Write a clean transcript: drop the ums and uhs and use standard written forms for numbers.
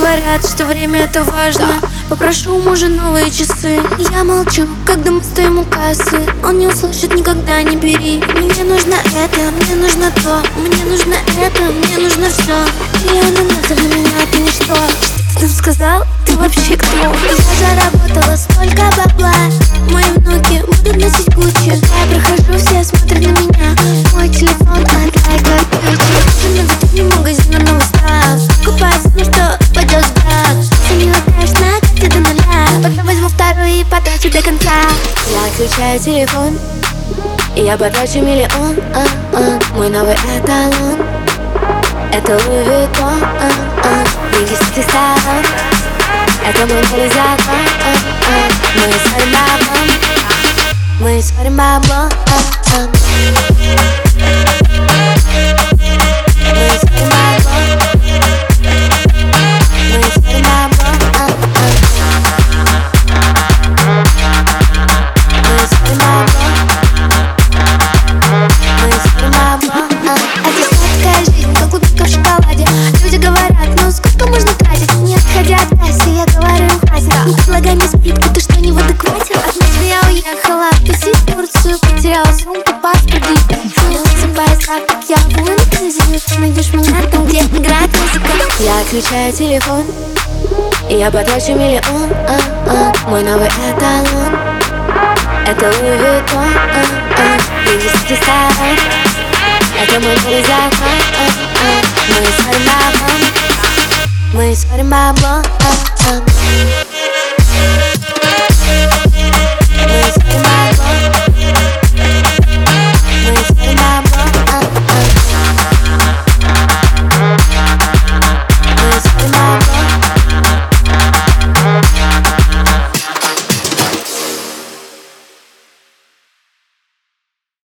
говорят, что время это важно. Попрошу у мужа новые часы. Я молчу, когда мы стоим у кассы. Он не услышит, никогда не бери. Мне нужно это, мне нужно то. Мне нужно это, мне нужно все. Миллионы метров для меня это ничто. Что ты там сказал? Ты вообще кто? Я заработала столько бабла. Мои внуки будут носить Гуччи. Я прохожу, все смотрят на меня. Мой телефон отдай как ключи. Мне в не магазин новый страх. Купаться, ну что, пойдешь в брак. Ты не латаешь на карте до нуля. Потом возьму вторую и потрачу до конца. Я отключаю телефон, и я потрачу миллион. Мой новый эталон — это Луи Виттон. Деньги с этих сторон — это мой новый закон. Мы сварим бабло, мы сварим бабло. Предлагай скидку, ты что, не в адеквате? От Москвы я уехала тусить в Турцию. Потеряла сумку, паспорт, не улыбаясь так, как я в Лондоне. Ты найдешь меня там, где играет музыка. Я отключаю телефон, и я потрачу миллион. Мой новый эталон — это Луи Виттон. Деньги с этих сторон — это мой новый закон. Мы сварим бабло, мы сварим бабло.